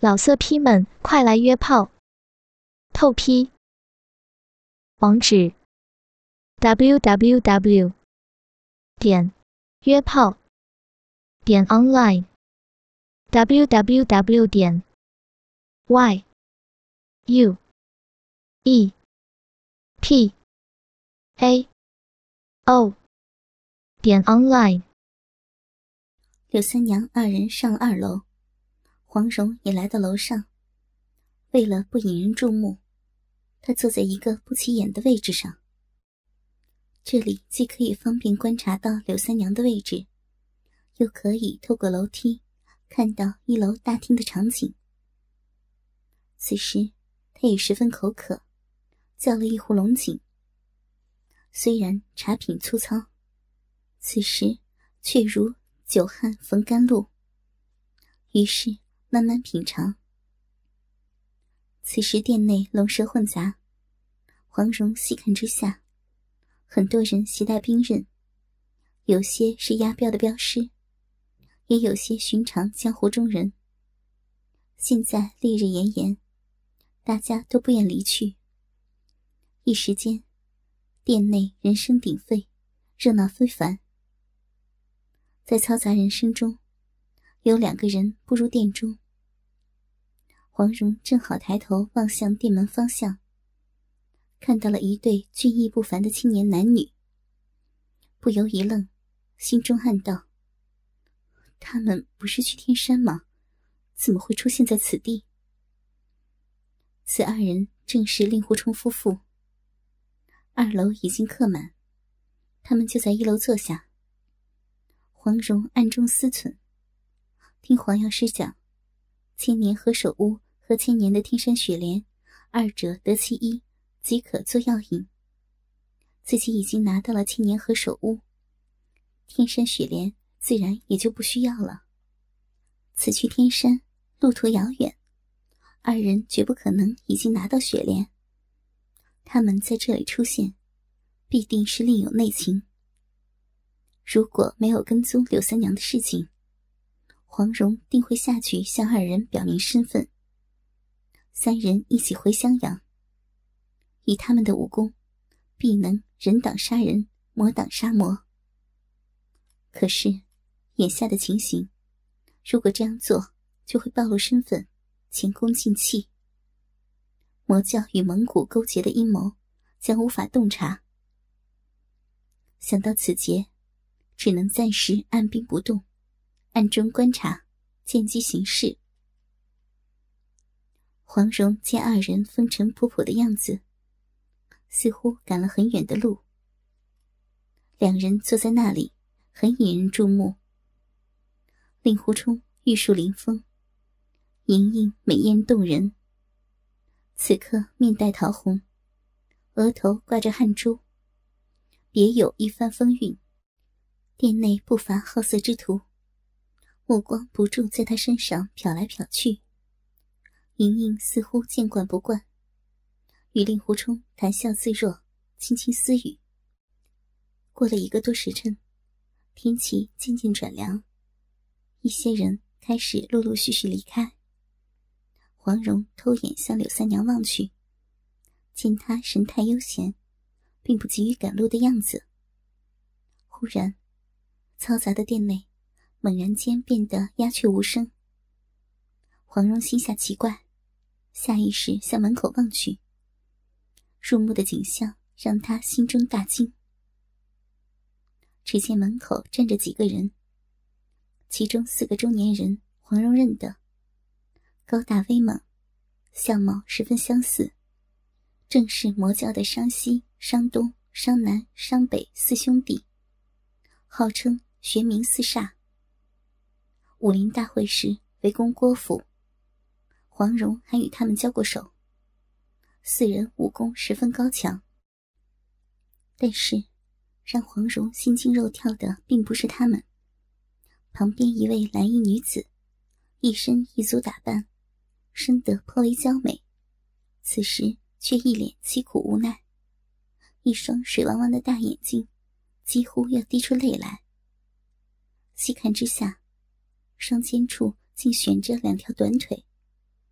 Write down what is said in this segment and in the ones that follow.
老色批们，快来约炮！透批。网址 www.约炮online www.yuepao.online。 柳三娘二人上了2楼，黄蓉也来到楼上。为了不引人注目，她坐在一个不起眼的位置上。这里既可以方便观察到柳三娘的位置，又可以透过楼梯看到1楼大厅的场景。此时她也十分口渴，叫了一壶龙井。虽然茶品粗糙，此时却如久旱逢甘露，于是慢慢品尝。此时店内龙蛇混杂，黄蓉细看之下，很多人携带兵刃，有些是押镖的镖师，也有些寻常江湖中人。现在烈日炎炎，大家都不愿离去。一时间，店内人声鼎沸，热闹非凡。在嘈杂人声中，有2个人步入店中。黄蓉正好抬头望向店门方向，看到了一对俊逸不凡的青年男女，不由一愣，心中暗道：他们不是去天山吗？怎么会出现在此地？此2人正是令狐冲夫妇。2楼已经客满，他们就在1楼坐下。黄蓉暗中思忖，听黄药师讲，千年何首乌和千年的天山雪莲，2者得其一即可做药引。自己已经拿到了千年何首乌，天山雪莲自然也就不需要了。此去天山路途遥远，2人绝不可能已经拿到雪莲。他们在这里出现，必定是另有内情。如果没有跟踪柳三娘的事情，黄蓉定会下去向2人表明身份。3人一起回襄阳，以他们的武功，必能人挡杀人，魔挡杀魔。可是眼下的情形，如果这样做，就会暴露身份，前功尽弃。魔教与蒙古勾结的阴谋将无法洞察。想到此节，只能暂时按兵不动，暗中观察，见机行事。黄蓉见2人风尘仆仆的样子，似乎赶了很远的路。2人坐在那里，很引人注目。令狐冲玉树临风，莹莹美艳动人，此刻面带桃红，额头挂着汗珠，别有一番风韵。店内不乏好色之徒，目光不住在他身上瞟来瞟去。莹莹似乎见惯不惯，与令狐冲谈笑自若，轻轻私语。过了1个多时辰，天气渐渐转凉，一些人开始陆陆续续离开。黄蓉偷眼向柳三娘望去，见她神态悠闲，并不急于赶路的样子。忽然嘈杂的店内猛然间变得鸦雀无声。黄蓉心下奇怪，下意识向门口望去。入目的景象让她心中大惊。只见门口站着几个人，其中4个中年人黄蓉认得，高大威猛，相貌十分相似，正是魔教的商西、商东、商南、商北4兄弟，号称玄冥4煞。武林大会时围攻郭府，黄蓉还与他们交过手。4人武功十分高强，但是让黄蓉心惊肉跳的并不是他们。旁边一位蓝衣女子，一身异族打扮，生得颇为娇美，此时却一脸凄苦无奈，一双水汪汪的大眼睛几乎要滴出泪来。细看之下，双肩处竟悬着2条短腿，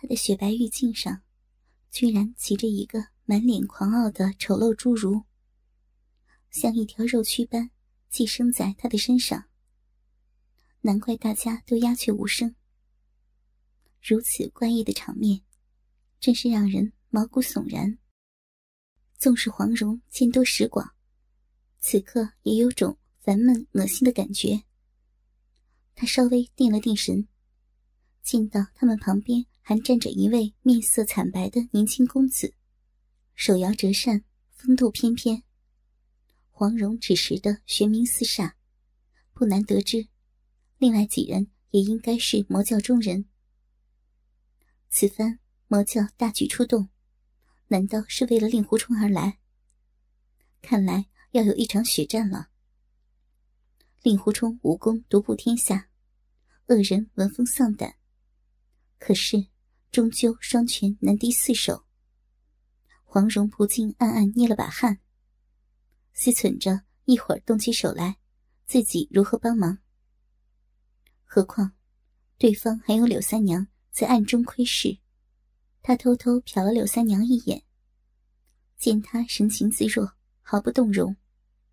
她的雪白玉颈上居然骑着一个满脸狂傲的丑陋侏儒，像一条肉蛆般寄生在她的身上。难怪大家都鸦雀无声。如此怪异的场面，真是让人毛骨悚然。纵使黄蓉见多识广，此刻也有种烦闷恶心的感觉。她稍微定了定神，见到他们旁边还站着一位面色惨白的年轻公子，手摇折扇，风度翩翩。黄蓉此时的玄冥四煞，不难得知另外几人也应该是魔教中人。此番魔教大举出动，难道是为了令狐冲而来？看来要有一场血战了。令狐冲武功独步天下，恶人闻风丧胆，可是终究双拳难敌四手。黄蓉不禁暗暗捏了把汗，思忖着一会儿动起手来自己如何帮忙。何况对方还有柳三娘在暗中窥视，他偷偷瞟了柳三娘一眼，见她神情自若，毫不动容。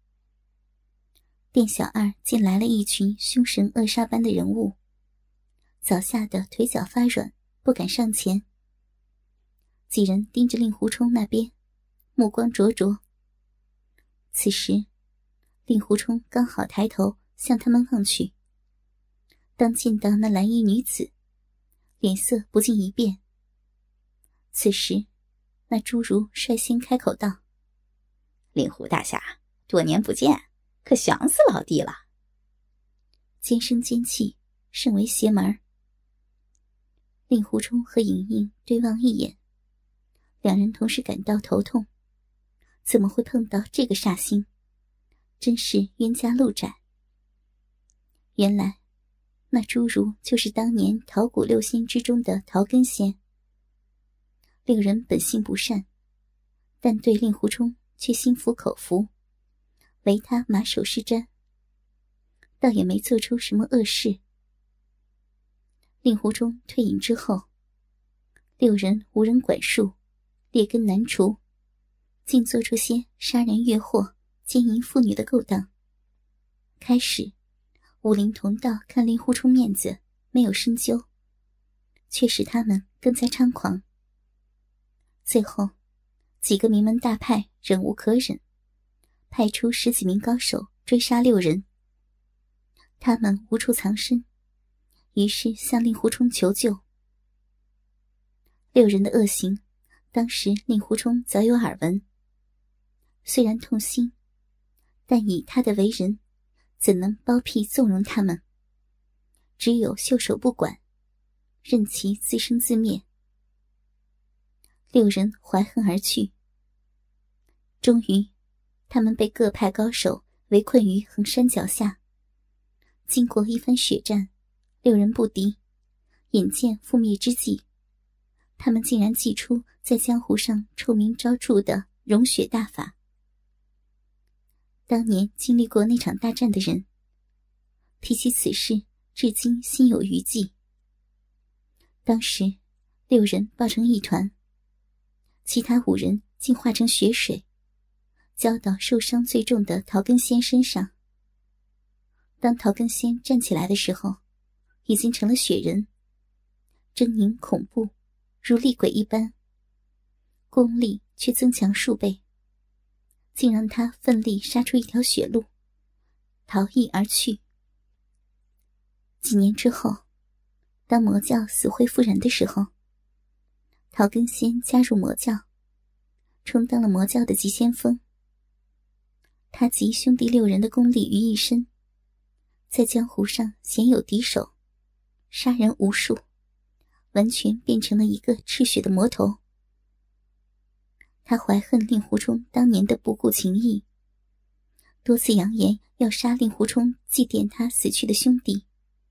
店小二见来了一群凶神恶煞般的人物，早吓得腿脚发软，不敢上前。几人盯着令狐冲那边，目光灼灼。此时令狐冲刚好抬头向他们望去，当见到那蓝衣女子，脸色不禁一变。此时那侏儒率先开口道： 令狐大侠，多年不见，可想死老弟了。 尖声尖气，甚为邪门。令狐冲和莹莹对望一眼，两人同时感到头痛。怎么会碰到这个煞星？真是冤家路窄。原来那侏儒就是当年桃谷六仙之中的桃根仙。六人本性不善，但对令狐冲却心服口服，唯他马首是瞻，倒也没做出什么恶事。令狐冲退隐之后，六人无人管束，劣根难除，竟做出些杀人越货、奸淫妇女的勾当。开始武林同道看令狐冲面子没有深究，却使他们更加猖狂。最后几个名门大派忍无可忍，派出10几名高手追杀六人。他们无处藏身，于是向令狐冲求救。六人的恶行，当时令狐冲早有耳闻，虽然痛心，但以他的为人，怎能包庇纵容他们？只有袖手不管，任其自生自灭。六人怀恨而去。终于他们被各派高手围困于衡山脚下。经过一番血战，六人不敌，眼见覆灭之际，他们竟然祭出在江湖上臭名昭著的融血大法。当年经历过那场大战的人，提起此事至今心有余悸。当时六人抱成一团，其他5人竟化成血水，浇到受伤最重的桃根仙身上。当桃根仙站起来的时候，已经成了血人，狰狞恐怖，如厉鬼一般，功力却增强数倍，竟让他奋力杀出一条血路，逃逸而去。几年之后，当魔教死灰复燃的时候，桃根仙加入魔教，充当了魔教的急先锋。他集兄弟6人的功力于一身，在江湖上鲜有敌手，杀人无数，完全变成了一个赤血的魔头。他怀恨令狐冲当年的不顾情义，多次扬言要杀令狐冲祭奠他死去的兄弟。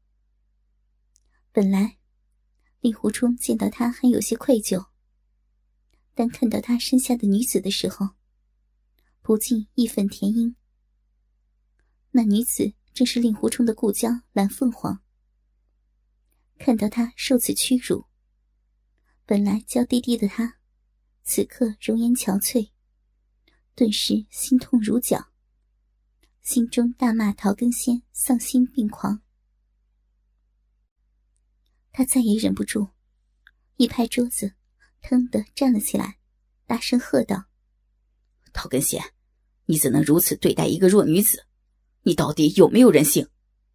本来令狐冲见到他还有些愧疚，但看到他身下的女子的时候，不禁义愤填膺。那女子正是令狐冲的故交蓝凤凰。看到他受此屈辱， 本来娇滴滴的她，此刻容颜憔悴，顿时心痛如绞，心中大骂陶根仙丧心病狂。他再也忍不住，一拍桌子，腾地站了起来，大声喝道： 陶根仙，你怎能如此对待一个弱女子？你到底有没有人性？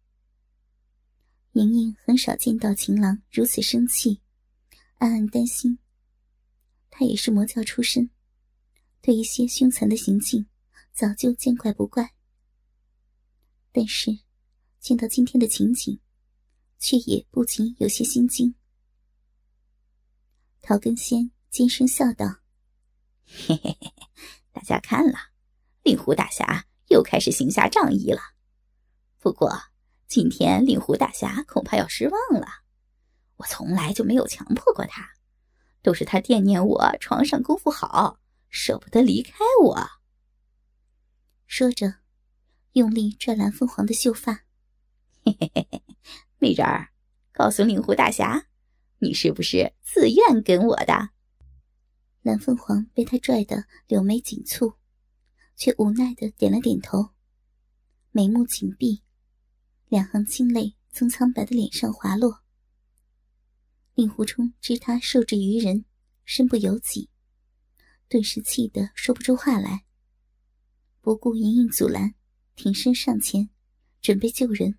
莹莹很少见到情郎如此生气，暗暗担心。他也是魔教出身，对一些凶残的行径早就见怪不怪。但是见到今天的情景，却也不禁有些心惊。陶根仙尖声笑道： 嘿嘿嘿，大家看了，令狐大侠又开始行侠仗义了。不过今天令狐大侠恐怕要失望了，我从来就没有强迫过他，都是他惦念我床上功夫好，舍不得离开我。 说着用力拽蓝凤凰的秀发。 嘿嘿嘿嘿，美人儿，告诉令狐大侠，你是不是自愿跟我的？ 蓝凤凰被他拽得柳眉紧蹙，却无奈地点了点头，眉目紧闭，两行清泪从苍白的脸上滑落。令狐冲知他受制于人，身不由己，顿时气得说不出话来，不顾莹莹阻拦，挺身上前，准备救人。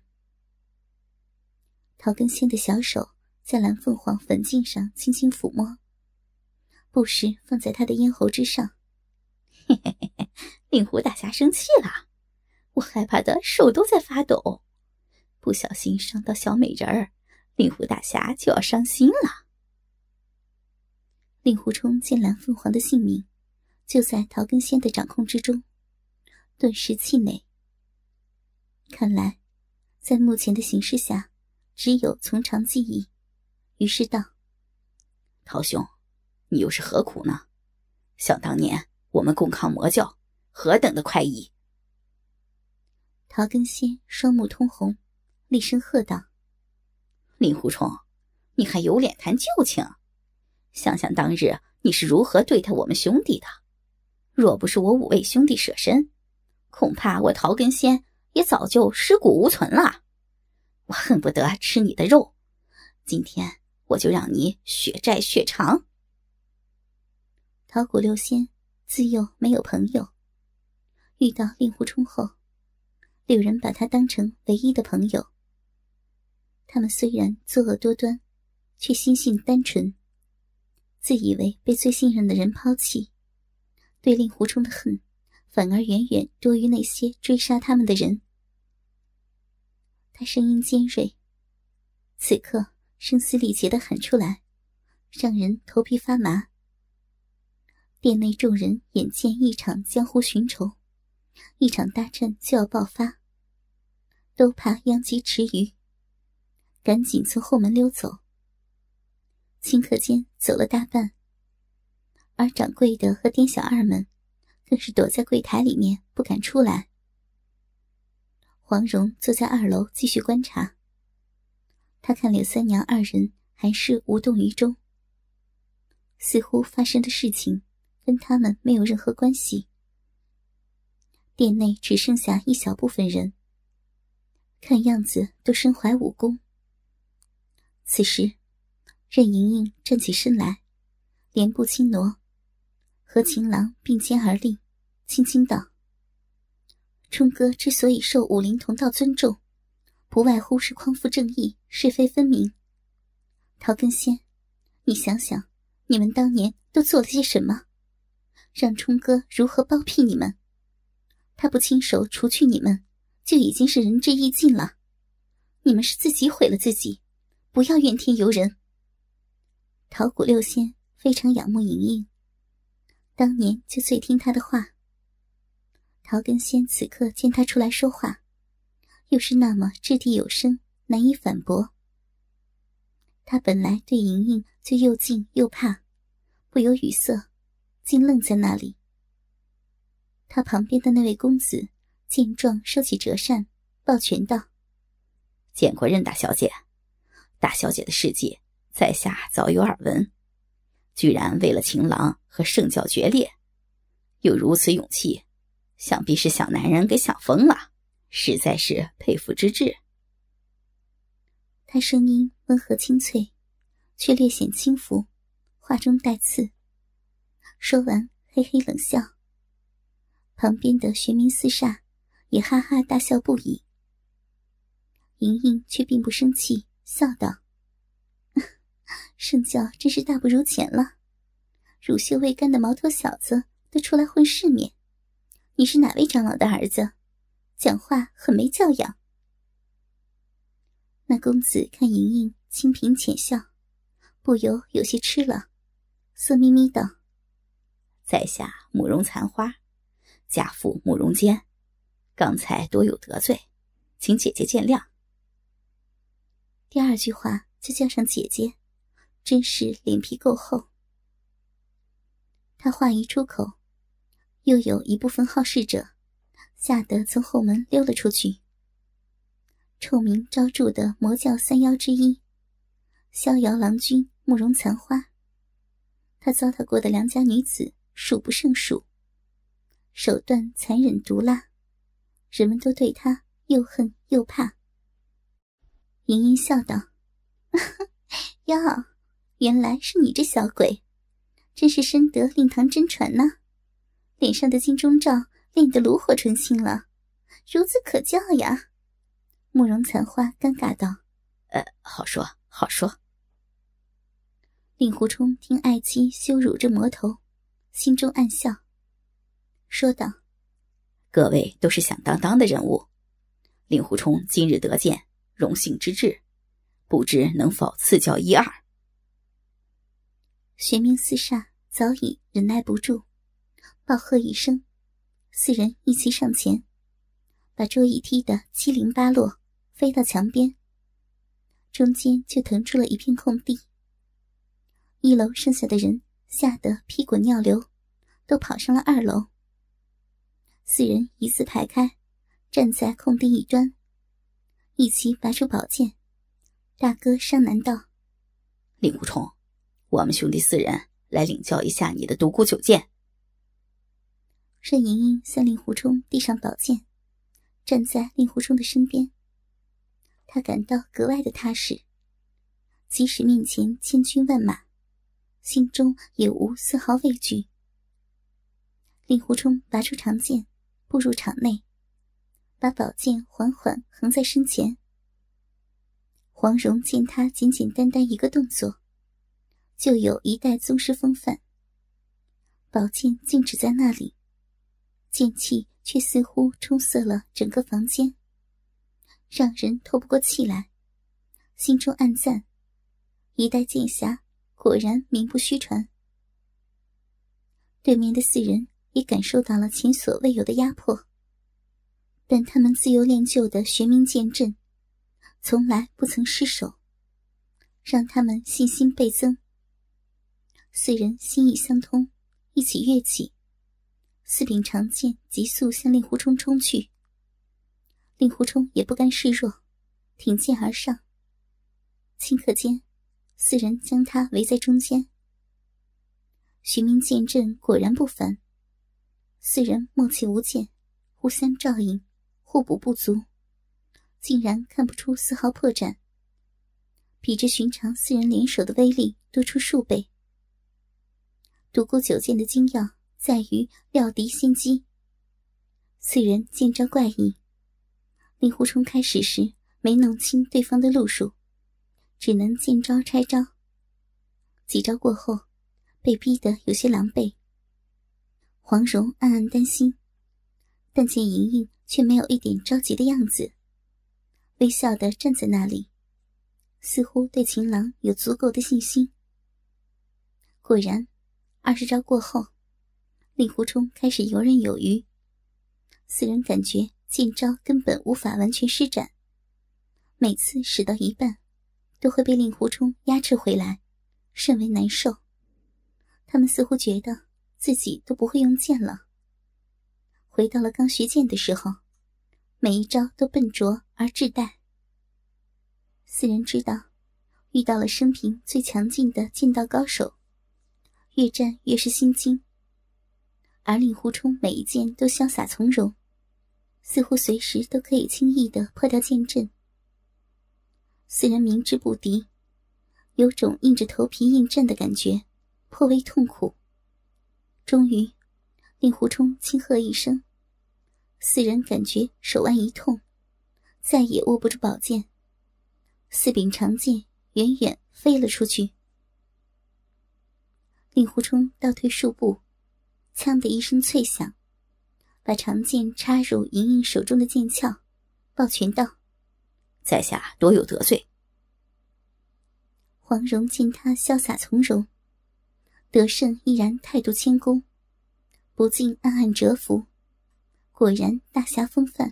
陶根仙的小手在蓝凤凰粉颈上轻轻抚摸，不时放在他的咽喉之上。 嘿嘿嘿嘿，令狐大侠生气了，我害怕的手都在发抖，不小心伤到小美人儿，令狐大侠就要伤心了。 令狐冲见蓝凤凰的性命就在陶根仙的掌控之中，顿时气馁。看来在目前的形势下，只有从长计议，于是道： 陶兄，你又是何苦呢？想当年我们共抗魔教，何等的快意！ 陶根仙双目通红，厉声喝道： 令狐冲，你还有脸谈旧情？想想当日你是如何对待我们兄弟的，若不是我5位兄弟舍身，恐怕我陶根仙也早就尸骨无存了。我恨不得吃你的肉，今天我就让你血债血偿。 陶谷六仙自幼没有朋友，遇到令狐冲后，6人把他当成唯一的朋友。他们虽然作恶多端，却心性单纯，自以为被最信任的人抛弃，对令狐冲的恨反而远远多于那些追杀他们的人。他声音尖锐，此刻声嘶力竭地喊出来，让人头皮发麻。殿内众人眼见一场江湖寻仇，一场大战就要爆发，都怕殃及池鱼，赶紧从后门溜走。顷刻间走了大半，而掌柜的和店小二们更是躲在柜台里面不敢出来。黄蓉坐在2楼继续观察，她看柳三娘2人还是无动于衷，似乎发生的事情跟他们没有任何关系。店内只剩下一小部分人，看样子都身怀武功。此时任盈盈站起身来，莲步轻挪，和情郎并肩而立，轻轻道：冲哥之所以受武林同道尊重，不外乎是匡扶正义，是非分明。陶根仙，你想想，你们当年都做了些什么，让冲哥如何包庇你们？他不亲手除去你们，就已经是仁至义尽了。你们是自己毁了自己，不要怨天尤人。陶谷六仙非常仰慕莹莹，当年就最听他的话。陶根仙此刻见他出来说话，又是那么掷地有声，难以反驳。他本来对莹莹就又敬又怕，不由语塞，竟愣在那里。他旁边的那位公子见状，收起折扇，抱拳道： 见过任大小姐，大小姐的事迹在下早有耳闻， 居然为了情郎和圣教决裂，有如此勇气，想必是小男人给想疯了，实在是佩服之至。 他声音温和清脆，却略显轻浮，话中带刺。说完嘿嘿冷笑，旁边的玄冥四煞也哈哈大笑不已。莹莹却并不生气，笑道：圣教真是大不如前了，乳臭未干的毛头小子都出来混世面，你是哪位长老的儿子？讲话很没教养。那公子看莹莹清贫浅笑，不由有些吃了，色眯眯道： 在下慕容残花，家父慕容坚，刚才多有得罪，请姐姐见谅。 第二句话就叫上姐姐，真是脸皮够厚。他话一出口，又有一部分好事者吓得从后门溜了出去。臭名昭著的魔教三妖之一逍遥郎君慕容残花，他糟蹋过的良家女子数不胜数，手段残忍毒辣，人们都对他又恨又怕。莹莹笑道：哟，原来是你这小鬼，真是深得令堂真传呐，脸上的金钟罩练得炉火纯青了，孺子可教呀。慕容残花尴尬道： 好说好说。 令狐冲听爱妻羞辱这魔头，心中暗笑，说道： 各位都是响当当的人物，令狐冲今日得见，荣幸之至，不知能否赐教一二。 玄冥四煞早已忍耐不住，暴喝一声，四人一齐上前，把桌椅踢得七零八落，飞到墙边，中间就腾出了一片空地。一楼剩下的人吓得屁滚尿流，都跑上了二楼。四人一字排开，站在空地一端，一齐拔出宝剑。大哥商难道： 令狐冲，我们兄弟四人来领教一下你的独孤九剑。 任盈盈向令狐冲递上宝剑，站在令狐冲的身边。他感到格外的踏实，即使面前千军万马，心中也无丝毫畏惧。令狐冲拔出长剑，步入场内，把宝剑缓缓横在身前。黄蓉见他简简单单一个动作，就有一代宗师风范。宝剑静止在那里，剑气却似乎充塞了整个房间，让人透不过气来。心中暗赞，一代剑侠果然名不虚传。对面的四人也感受到了前所未有的压迫，但他们自幼练就的玄冥剑阵从来不曾失手，让他们信心倍增。四人心意相通，一起跃起，四柄长剑急速向令狐冲冲去。令狐冲也不甘示弱，挺剑而上。顷刻间，四人将他围在中间。玄冥剑阵果然不凡，四人默契无间，互相照应，互补不足，竟然看不出丝毫破绽，比之寻常四人联手的威力多出数倍。独孤九剑的精要在于料敌先机，四人剑招怪异。令狐冲开始时没弄清对方的路数，只能见招拆招，几招过后被逼得有些狼狈。黄蓉暗暗担心，但见莹莹却没有一点着急的样子，微笑地站在那里，似乎对情郎有足够的信心。果然20招过后，令狐冲开始游刃有余，四人感觉剑招根本无法完全施展，每次使到一半都会被令狐冲压制回来，甚为难受。他们似乎觉得自己都不会用剑了。回到了刚学剑的时候，每一招都笨拙而滞带。四人知道遇到了生平最强劲的剑道高手， 越战越是心惊，而令狐冲每一剑都潇洒从容，似乎随时都可以轻易地破掉剑阵。四人明知不敌，有种硬着头皮应战的感觉，颇为痛苦。终于令狐冲轻喝一声，四人感觉手腕一痛，再也握不住宝剑，四柄长剑远远飞了出去。令狐冲倒退数步，枪的一声脆响，把长剑插入莹莹手中的剑鞘，抱拳道： 在下多有得罪。 黄蓉见他潇洒从容，得胜依然态度谦恭，不禁暗暗折服，果然大侠风范。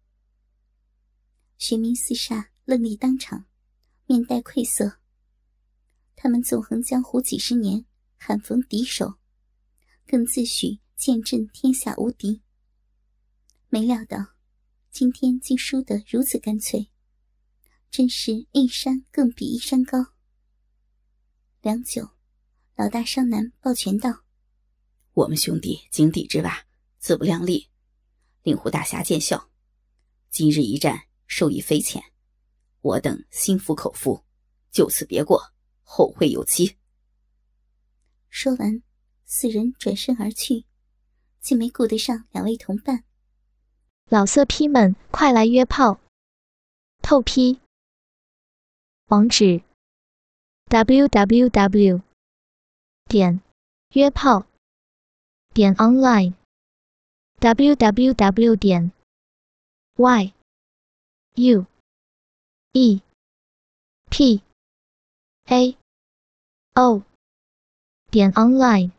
玄冥四煞愣立当场，面带愧色。他们纵横江湖几十年，罕逢敌手，更自诩剑阵天下无敌。没料到今天竟输得如此干脆，真是一山更比一山高。良久，老大商男抱拳道： 我们兄弟井底之蛙，自不量力，令狐大侠见笑。今日一战受益匪浅，我等心服口服，就此别过，后会有期。 说完，四人转身而去，竟没顾得上两位同伴。 老色批们，快来约炮！透批。网址 www.约炮.online www.yuepao.online